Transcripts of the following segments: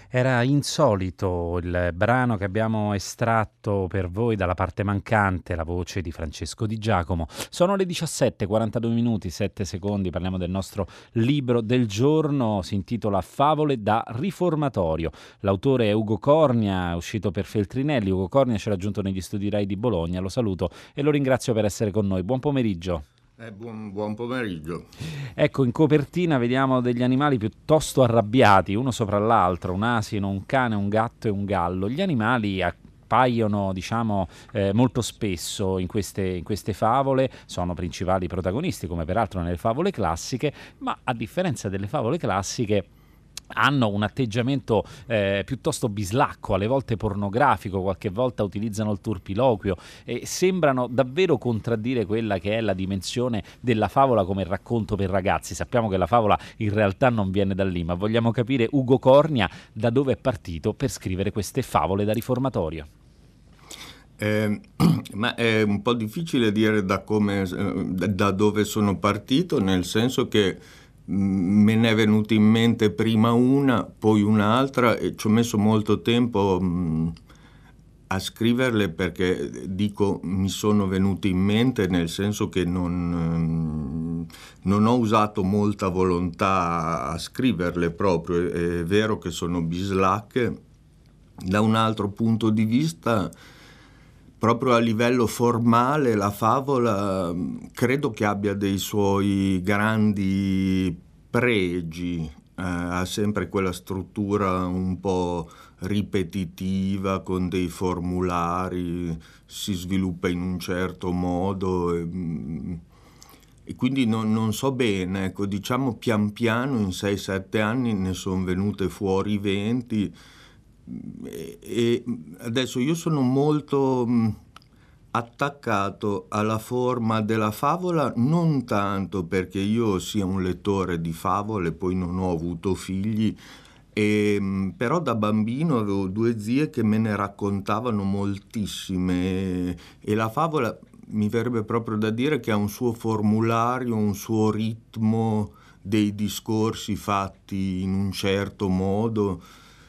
Era Insolito il brano che abbiamo estratto per voi dalla parte mancante, la voce di Francesco Di Giacomo. Sono le 17:42 minuti, 7 secondi, parliamo del nostro libro del giorno, si intitola Favole da riformatorio. L'autore è Ugo Cornia, è uscito per Feltrinelli. Ugo Cornia ci ha raggiunto negli studi Rai di Bologna, lo saluto e lo ringrazio per essere con noi. Buon pomeriggio. Buon pomeriggio. Ecco, in copertina vediamo degli animali piuttosto arrabbiati, uno sopra l'altro, un asino, un cane, un gatto e un gallo. Gli animali appaiono, diciamo, molto spesso in queste favole, sono principali protagonisti, come peraltro nelle favole classiche, ma a differenza delle favole classiche hanno un atteggiamento piuttosto bislacco, alle volte pornografico, qualche volta utilizzano il turpiloquio e sembrano davvero contraddire quella che è la dimensione della favola come racconto per ragazzi. Sappiamo che la favola in realtà non viene da lì, ma vogliamo capire Ugo Cornia da dove è partito per scrivere queste favole da riformatorio. Ma è un po' difficile dire da dove sono partito, nel senso che me ne è venuta in mente prima una, poi un'altra e ci ho messo molto tempo a scriverle perché dico mi sono venute in mente, nel senso che non ho usato molta volontà a scriverle proprio. È vero che sono bislacche. Da un altro punto di vista, proprio a livello formale, la favola credo che abbia dei suoi grandi pregi. Ha sempre quella struttura un po' ripetitiva, con dei formulari, si sviluppa in un certo modo e quindi non so bene, ecco, diciamo pian piano in 6-7 anni ne sono venute fuori 20. E adesso io sono molto attaccato alla forma della favola, non tanto perché io sia un lettore di favole, poi non ho avuto figli, però da bambino avevo due zie che me ne raccontavano moltissime e la favola mi verrebbe proprio da dire che ha un suo formulario, un suo ritmo, dei discorsi fatti in un certo modo.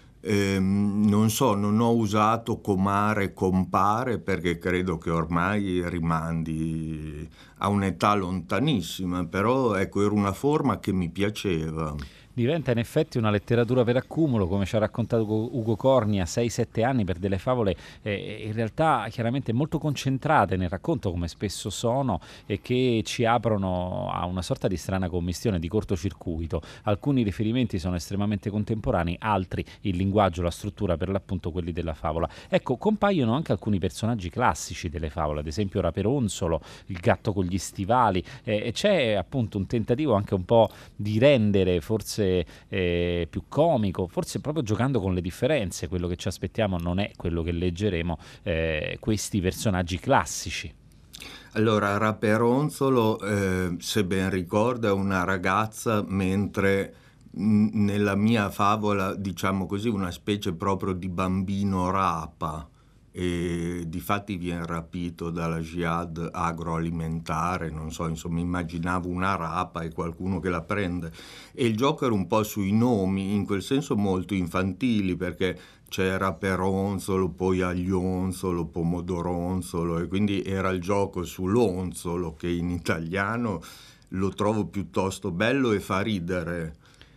Non so, non ho usato comare, compare, perché credo che ormai rimandi a un'età lontanissima, però ecco, era una forma che mi piaceva. Diventa in effetti una letteratura per accumulo, come ci ha raccontato Ugo Corni a 6-7 anni, per delle favole in realtà chiaramente molto concentrate nel racconto, come spesso sono, e che ci aprono a una sorta di strana commistione, di cortocircuito. Alcuni riferimenti sono estremamente contemporanei, altri il linguaggio, la struttura, per l'appunto quelli della favola. Ecco, compaiono anche alcuni personaggi classici delle favole, ad esempio Raperonzolo, il gatto con gli stivali, e c'è appunto un tentativo anche un po' di rendere forse più comico, forse proprio giocando con le differenze. Quello che ci aspettiamo non è quello che leggeremo, questi personaggi classici. Allora, Raperonzolo, se ben ricordo, è una ragazza, mentre nella mia favola, diciamo così, una specie proprio di bambino rapa, e difatti viene rapito dalla jihad agroalimentare, non so, insomma, immaginavo una rapa e qualcuno che la prende. E il gioco era un po' sui nomi, in quel senso molto infantili, perché c'era Peronzolo, poi Aglionzolo, Pomodoronzolo, e quindi era il gioco sull'onzolo, che in italiano lo trovo piuttosto bello e fa ridere.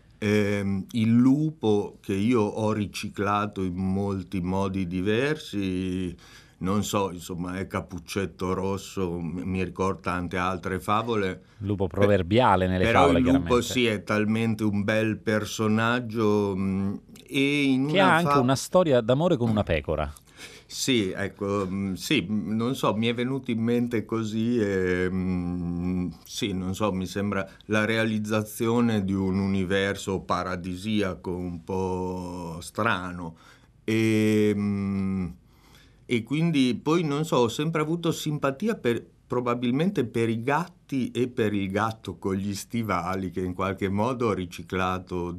Il lupo, che io ho riciclato in molti modi diversi, non so, insomma, è Cappuccetto Rosso, mi ricorda tante altre favole. Lupo proverbiale nelle Però il favole, lupo chiaramente, sì, è talmente un bel personaggio, e in che ha una anche una favola. storia d'amore con una pecora. Sì, ecco, sì, non so, mi è venuto in mente così e sì, non so, mi sembra la realizzazione di un universo paradisiaco un po' strano e, e quindi poi non so, ho sempre avuto simpatia probabilmente per i gatti e per il gatto con gli stivali, che in qualche modo ho riciclato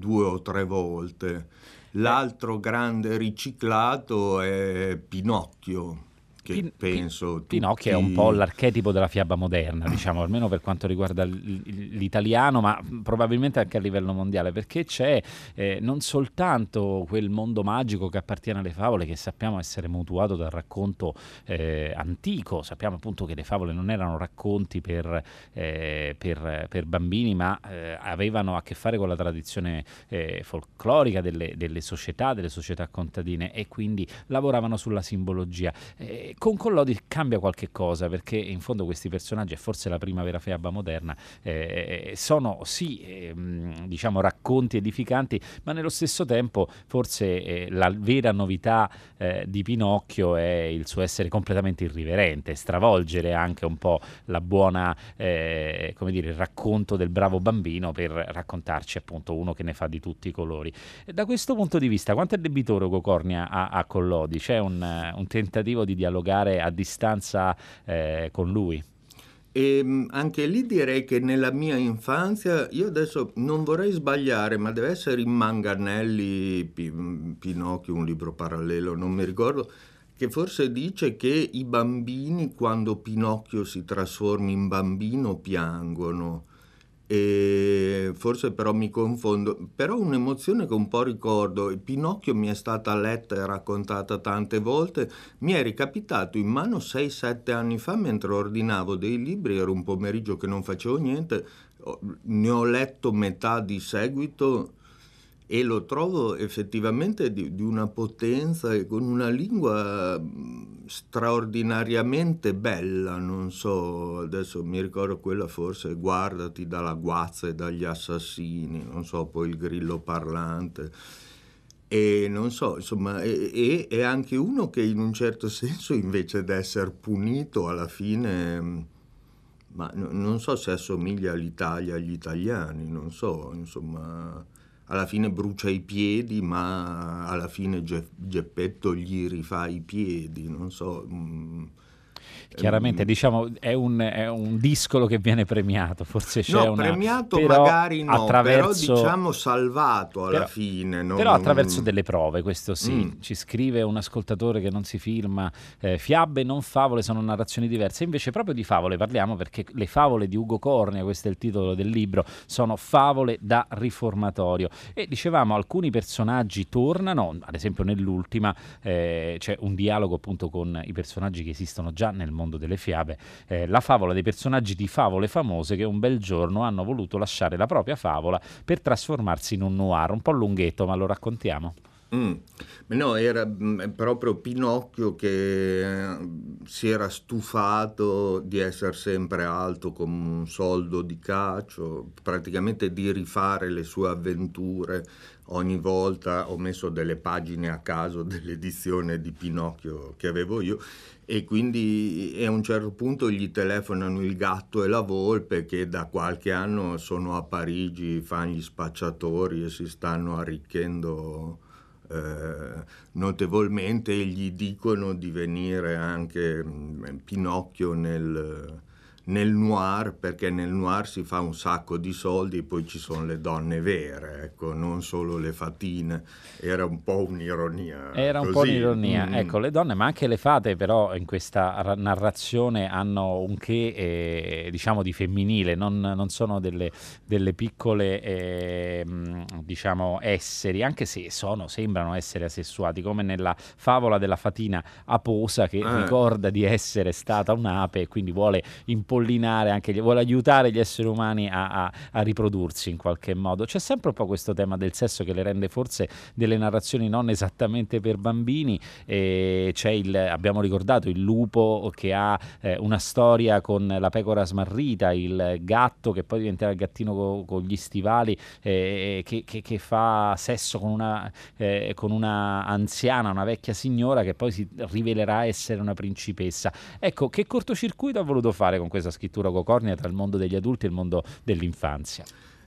2 o 3 volte. Eh, L'altro grande riciclato è Pinocchio, penso Pinocchio è un po' l'archetipo della fiaba moderna, diciamo, almeno per quanto riguarda l'italiano, ma probabilmente anche a livello mondiale, perché c'è non soltanto quel mondo magico che appartiene alle favole, che sappiamo essere mutuato dal racconto antico, sappiamo appunto che le favole non erano racconti per bambini, ma avevano a che fare con la tradizione folclorica delle società contadine, e quindi lavoravano sulla simbologia. Con Collodi cambia qualche cosa, perché in fondo questi personaggi, e forse la prima vera fiaba moderna, sono sì diciamo racconti edificanti, ma nello stesso tempo forse la vera novità di Pinocchio è il suo essere completamente irriverente, stravolgere anche un po' la buona come dire, il racconto del bravo bambino per raccontarci appunto uno che ne fa di tutti i colori. E da questo punto di vista, quanto è debitore Ugo Cornia a Collodi? C'è un tentativo di dialogare a distanza con lui? E anche lì direi che nella mia infanzia, io adesso non vorrei sbagliare, ma deve essere in Manganelli, Pinocchio, un libro parallelo, non mi ricordo, che forse dice che i bambini quando Pinocchio si trasforma in bambino piangono. E forse però mi confondo, però un'emozione che un po' ricordo, Pinocchio mi è stata letta e raccontata tante volte, mi è ricapitato in mano 6-7 anni fa mentre ordinavo dei libri, era un pomeriggio che non facevo niente, ne ho letto metà di seguito e lo trovo effettivamente di una potenza e con una lingua straordinariamente bella, non so, adesso mi ricordo quella forse, guardati dalla guazza e dagli assassini, non so, poi il grillo parlante. E non so, insomma, è anche uno che in un certo senso invece di essere punito alla fine, ma non so se assomiglia all'Italia, agli italiani, non so, insomma, alla fine brucia i piedi, ma alla fine Geppetto gli rifà i piedi, non so. Chiaramente, diciamo, è un discolo che viene premiato, forse c'è No, una... premiato però magari no, però attraverso... diciamo salvato alla Però, fine. però attraverso delle prove, questo sì. Ci scrive un ascoltatore che non si filma, fiabe non favole sono narrazioni diverse. Invece proprio di favole parliamo, perché le favole di Ugo Cornia, questo è il titolo del libro, sono favole da riformatorio. E dicevamo, alcuni personaggi tornano, ad esempio nell'ultima c'è un dialogo appunto con i personaggi che esistono già nel mondo delle fiabe, la favola dei personaggi di favole famose che un bel giorno hanno voluto lasciare la propria favola per trasformarsi in un noir, un po' lunghetto, ma lo raccontiamo. No, era proprio Pinocchio che si era stufato di essere sempre alto come un soldo di cacio, praticamente di rifare le sue avventure ogni volta. Ho messo delle pagine a caso dell'edizione di Pinocchio che avevo io, e quindi a un certo punto gli telefonano il gatto e la volpe che da qualche anno sono a Parigi, fanno gli spacciatori e si stanno arricchendo notevolmente, e gli dicono di venire anche Pinocchio nel noir, perché nel noir si fa un sacco di soldi e poi ci sono le donne vere, ecco, non solo le fatine. Era un po' un'ironia. Era un così. po' un'ironia. Ecco, le donne, ma anche le fate, però in questa narrazione hanno un che, diciamo, di femminile, non sono delle piccole, diciamo, esseri, anche se sembrano essere asessuati, come nella favola della fatina Aposa, che ricorda di essere stata un'ape e quindi vuole impollinare anche, vuole aiutare gli esseri umani a riprodursi in qualche modo. C'è sempre un po' questo tema del sesso che le rende forse delle narrazioni non esattamente per bambini. Abbiamo ricordato il lupo che ha una storia con la pecora smarrita, il gatto che poi diventerà il gattino con gli stivali, che fa sesso con una anziana, una vecchia signora che poi si rivelerà essere una principessa. Ecco, che cortocircuito ha voluto fare con questa scrittura Ugo Cornia tra il mondo degli adulti e il mondo dell'infanzia?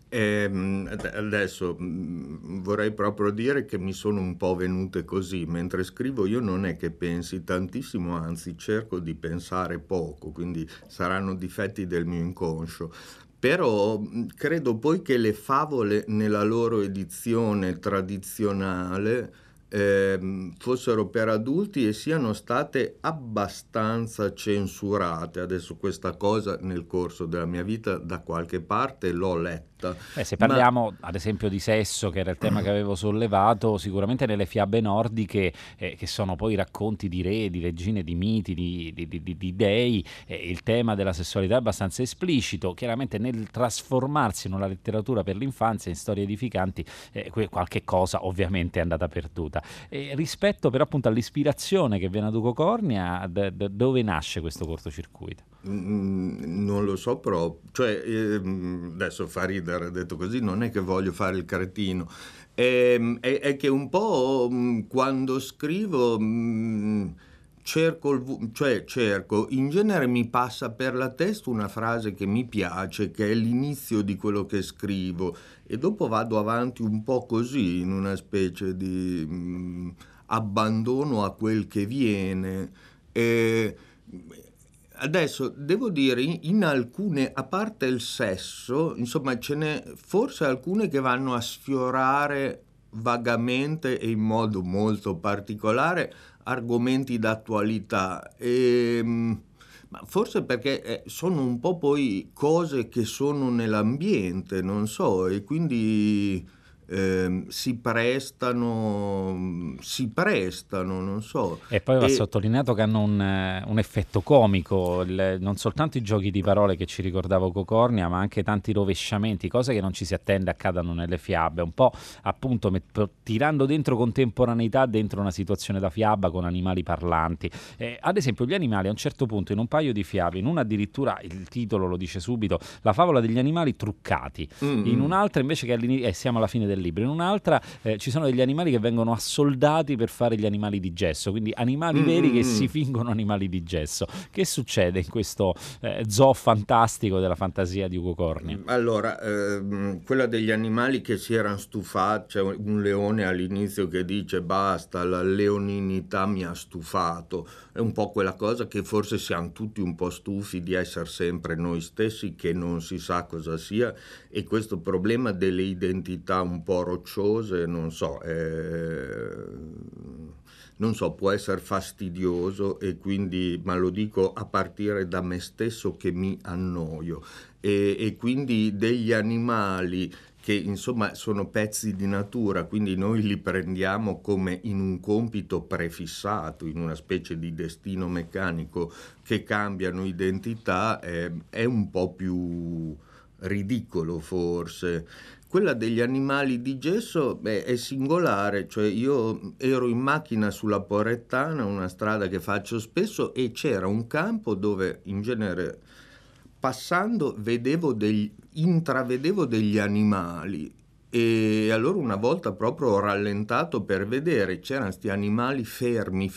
Adesso vorrei proprio dire che mi sono un po' venute così. Mentre scrivo io non è che pensi tantissimo, anzi cerco di pensare poco, quindi saranno difetti del mio inconscio. Però credo poi che le favole nella loro edizione tradizionale fossero per adulti e siano state abbastanza censurate. Adesso questa cosa nel corso della mia vita da qualche parte l'ho letta. Se Ma parliamo ad esempio di sesso, che era il tema che avevo sollevato, sicuramente nelle fiabe nordiche, che sono poi racconti di re, di regine, di miti, di dei, il tema della sessualità è abbastanza esplicito. Chiaramente nel trasformarsi in una letteratura per l'infanzia, in storie edificanti, qualche cosa ovviamente è andata perduta. Rispetto però appunto all'ispirazione che viene ad Ugo Cornia, dove nasce questo cortocircuito? Non lo so proprio, cioè adesso fa ridere detto così, non è che voglio fare il cretino, è che un po' quando scrivo cerco, cerco, in genere mi passa per la testa una frase che mi piace, che è l'inizio di quello che scrivo e dopo vado avanti un po' così, in una specie di abbandono a quel che viene. E, adesso devo dire, in alcune, a parte il sesso, insomma, ce n'è forse alcune che vanno a sfiorare vagamente e in modo molto particolare argomenti d'attualità. Ma forse perché sono un po' poi cose che sono nell'ambiente, non so, e quindi si prestano, non so. E poi va E sottolineato che hanno un effetto comico, non soltanto i giochi di parole che ci ricordava Cocornia, ma anche tanti rovesciamenti, cose che non ci si attende accadano nelle fiabe, un po' appunto tirando dentro contemporaneità dentro una situazione da fiaba con animali parlanti. Ad esempio gli animali a un certo punto in un paio di fiabe, in una addirittura il titolo lo dice subito, la favola degli animali truccati, in un'altra invece che siamo alla fine del libro, in un'altra ci sono degli animali che vengono assoldati per fare gli animali di gesso, quindi animali veri che si fingono animali di gesso. Che succede in questo zoo fantastico della fantasia di Ugo Cornia? Allora, quella degli animali che si erano stufati, c'è un leone all'inizio che dice basta, la leoninità mi ha stufato, è un po' quella cosa che forse siamo tutti un po' stufi di essere sempre noi stessi, che non si sa cosa sia, e questo problema delle identità un po' rocciose, non so, può essere fastidioso e quindi, ma lo dico a partire da me stesso che mi annoio e quindi degli animali che insomma sono pezzi di natura, quindi noi li prendiamo come in un compito prefissato, in una specie di destino meccanico che cambiano identità, è un po' più ridicolo forse. Quella degli animali di gesso è singolare, cioè io ero in macchina sulla Porettana, una strada che faccio spesso, e c'era un campo dove in genere passando intravedevo degli animali e allora una volta proprio ho rallentato per vedere, c'erano questi animali fermi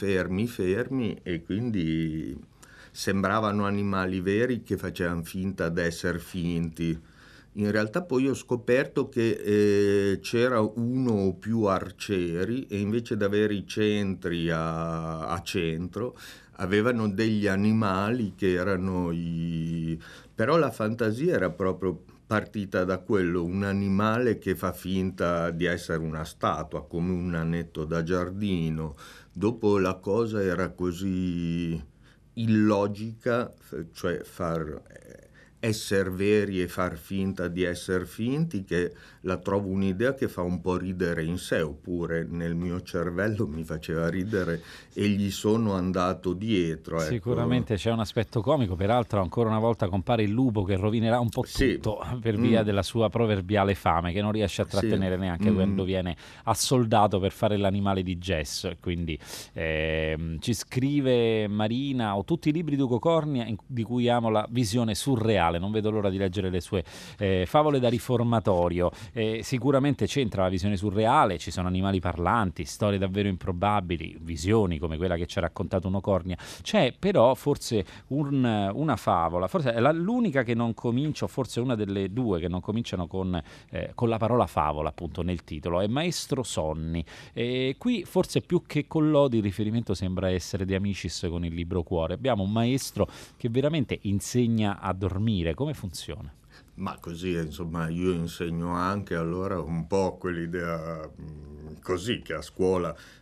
e quindi sembravano animali veri che facevano finta d'essere finti. In realtà poi ho scoperto che c'era uno o più arcieri e invece di avere i centri a centro avevano degli animali che erano però la fantasia era proprio partita da quello, un animale che fa finta di essere una statua, come un nanetto da giardino. Dopo la cosa era così illogica, cioè essere veri e far finta di essere finti, che la trovo un'idea che fa un po' ridere in sé, oppure nel mio cervello mi faceva ridere e gli sono andato dietro. Sicuramente c'è un aspetto comico, peraltro ancora una volta compare il lupo che rovinerà un po' tutto per via della sua proverbiale fame, che non riesce a trattenere neanche quando viene assoldato per fare l'animale di gesso. E quindi ci scrive Marina: ho tutti i libri di Ugo Cornia di cui amo la visione surreale, non vedo l'ora di leggere le sue favole da riformatorio. Sicuramente c'entra la visione surreale, ci sono animali parlanti, storie davvero improbabili, visioni come quella che ci ha raccontato Ugo Cornia. C'è però forse una favola, forse è l'unica che non comincia, o forse una delle due che non cominciano con la parola favola appunto nel titolo, è Maestro Sonni. Qui forse più che con lodi il riferimento sembra essere di Amicis con il libro Cuore. Abbiamo un maestro che veramente insegna a dormire. Come funziona? Ma così, insomma, io insegno anche, allora un po' quell'idea così, che a scuola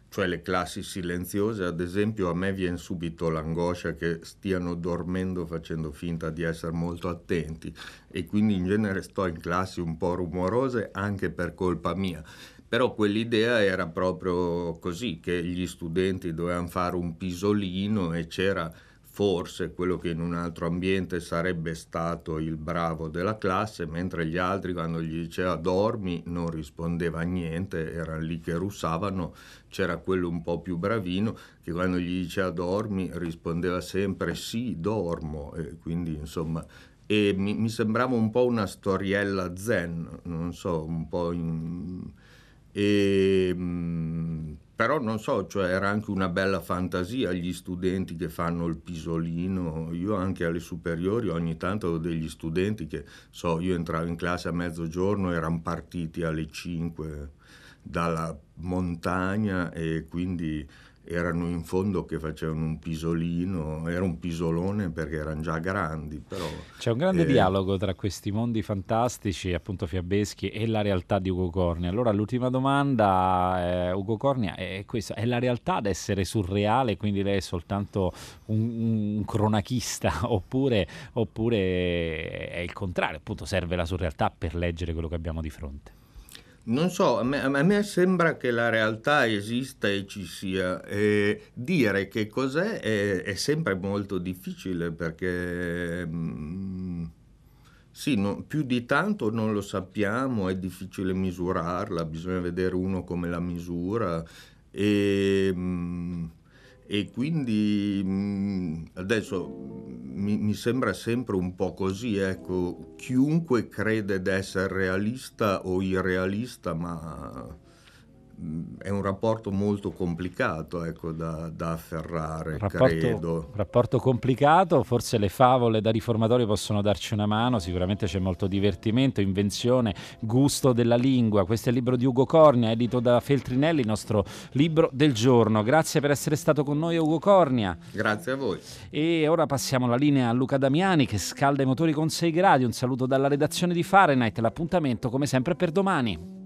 cioè le classi silenziose, ad esempio, a me viene subito l'angoscia che stiano dormendo facendo finta di essere molto attenti, e quindi in genere sto in classi un po' rumorose anche per colpa mia. Però quell'idea era proprio così, che gli studenti dovevano fare un pisolino e c'era forse quello che in un altro ambiente sarebbe stato il bravo della classe, mentre gli altri, quando gli diceva dormi, non rispondeva niente, erano lì che russavano. C'era quello un po' più bravino che quando gli diceva dormi rispondeva sempre sì, dormo, e quindi insomma... E mi sembrava un po' una storiella zen, non so, un po' in... E, però non so, cioè era anche una bella fantasia gli studenti che fanno il pisolino. Io anche alle superiori ogni tanto ho degli studenti che, so, io entravo in classe a mezzogiorno, erano partiti alle 5 dalla montagna e quindi erano in fondo che facevano un pisolino, era un pisolone perché erano già grandi, però... C'è un grande dialogo tra questi mondi fantastici, appunto fiabeschi, e la realtà di Ugo Cornia. Allora l'ultima domanda, Ugo Cornia, è questa: è la realtà ad essere surreale, quindi lei è soltanto un cronachista, oppure è il contrario, appunto serve la surrealtà per leggere quello che abbiamo di fronte? Non so, a me sembra che la realtà esista e ci sia, e dire che cos'è è sempre molto difficile perché sì, più di tanto non lo sappiamo, è difficile misurarla, bisogna vedere uno come la misura e, e quindi adesso mi sembra sempre un po' così, ecco, chiunque crede d'essere realista o irrealista, ma è un rapporto molto complicato, ecco, da afferrare, credo. Rapporto complicato, forse le favole da riformatorio possono darci una mano, sicuramente c'è molto divertimento, invenzione, gusto della lingua. Questo è il libro di Ugo Cornia, edito da Feltrinelli, il nostro libro del giorno. Grazie per essere stato con noi, Ugo Cornia. Grazie a voi. E ora passiamo la linea a Luca Damiani che scalda i motori con 6 gradi. Un saluto dalla redazione di Fahrenheit, l'appuntamento come sempre per domani.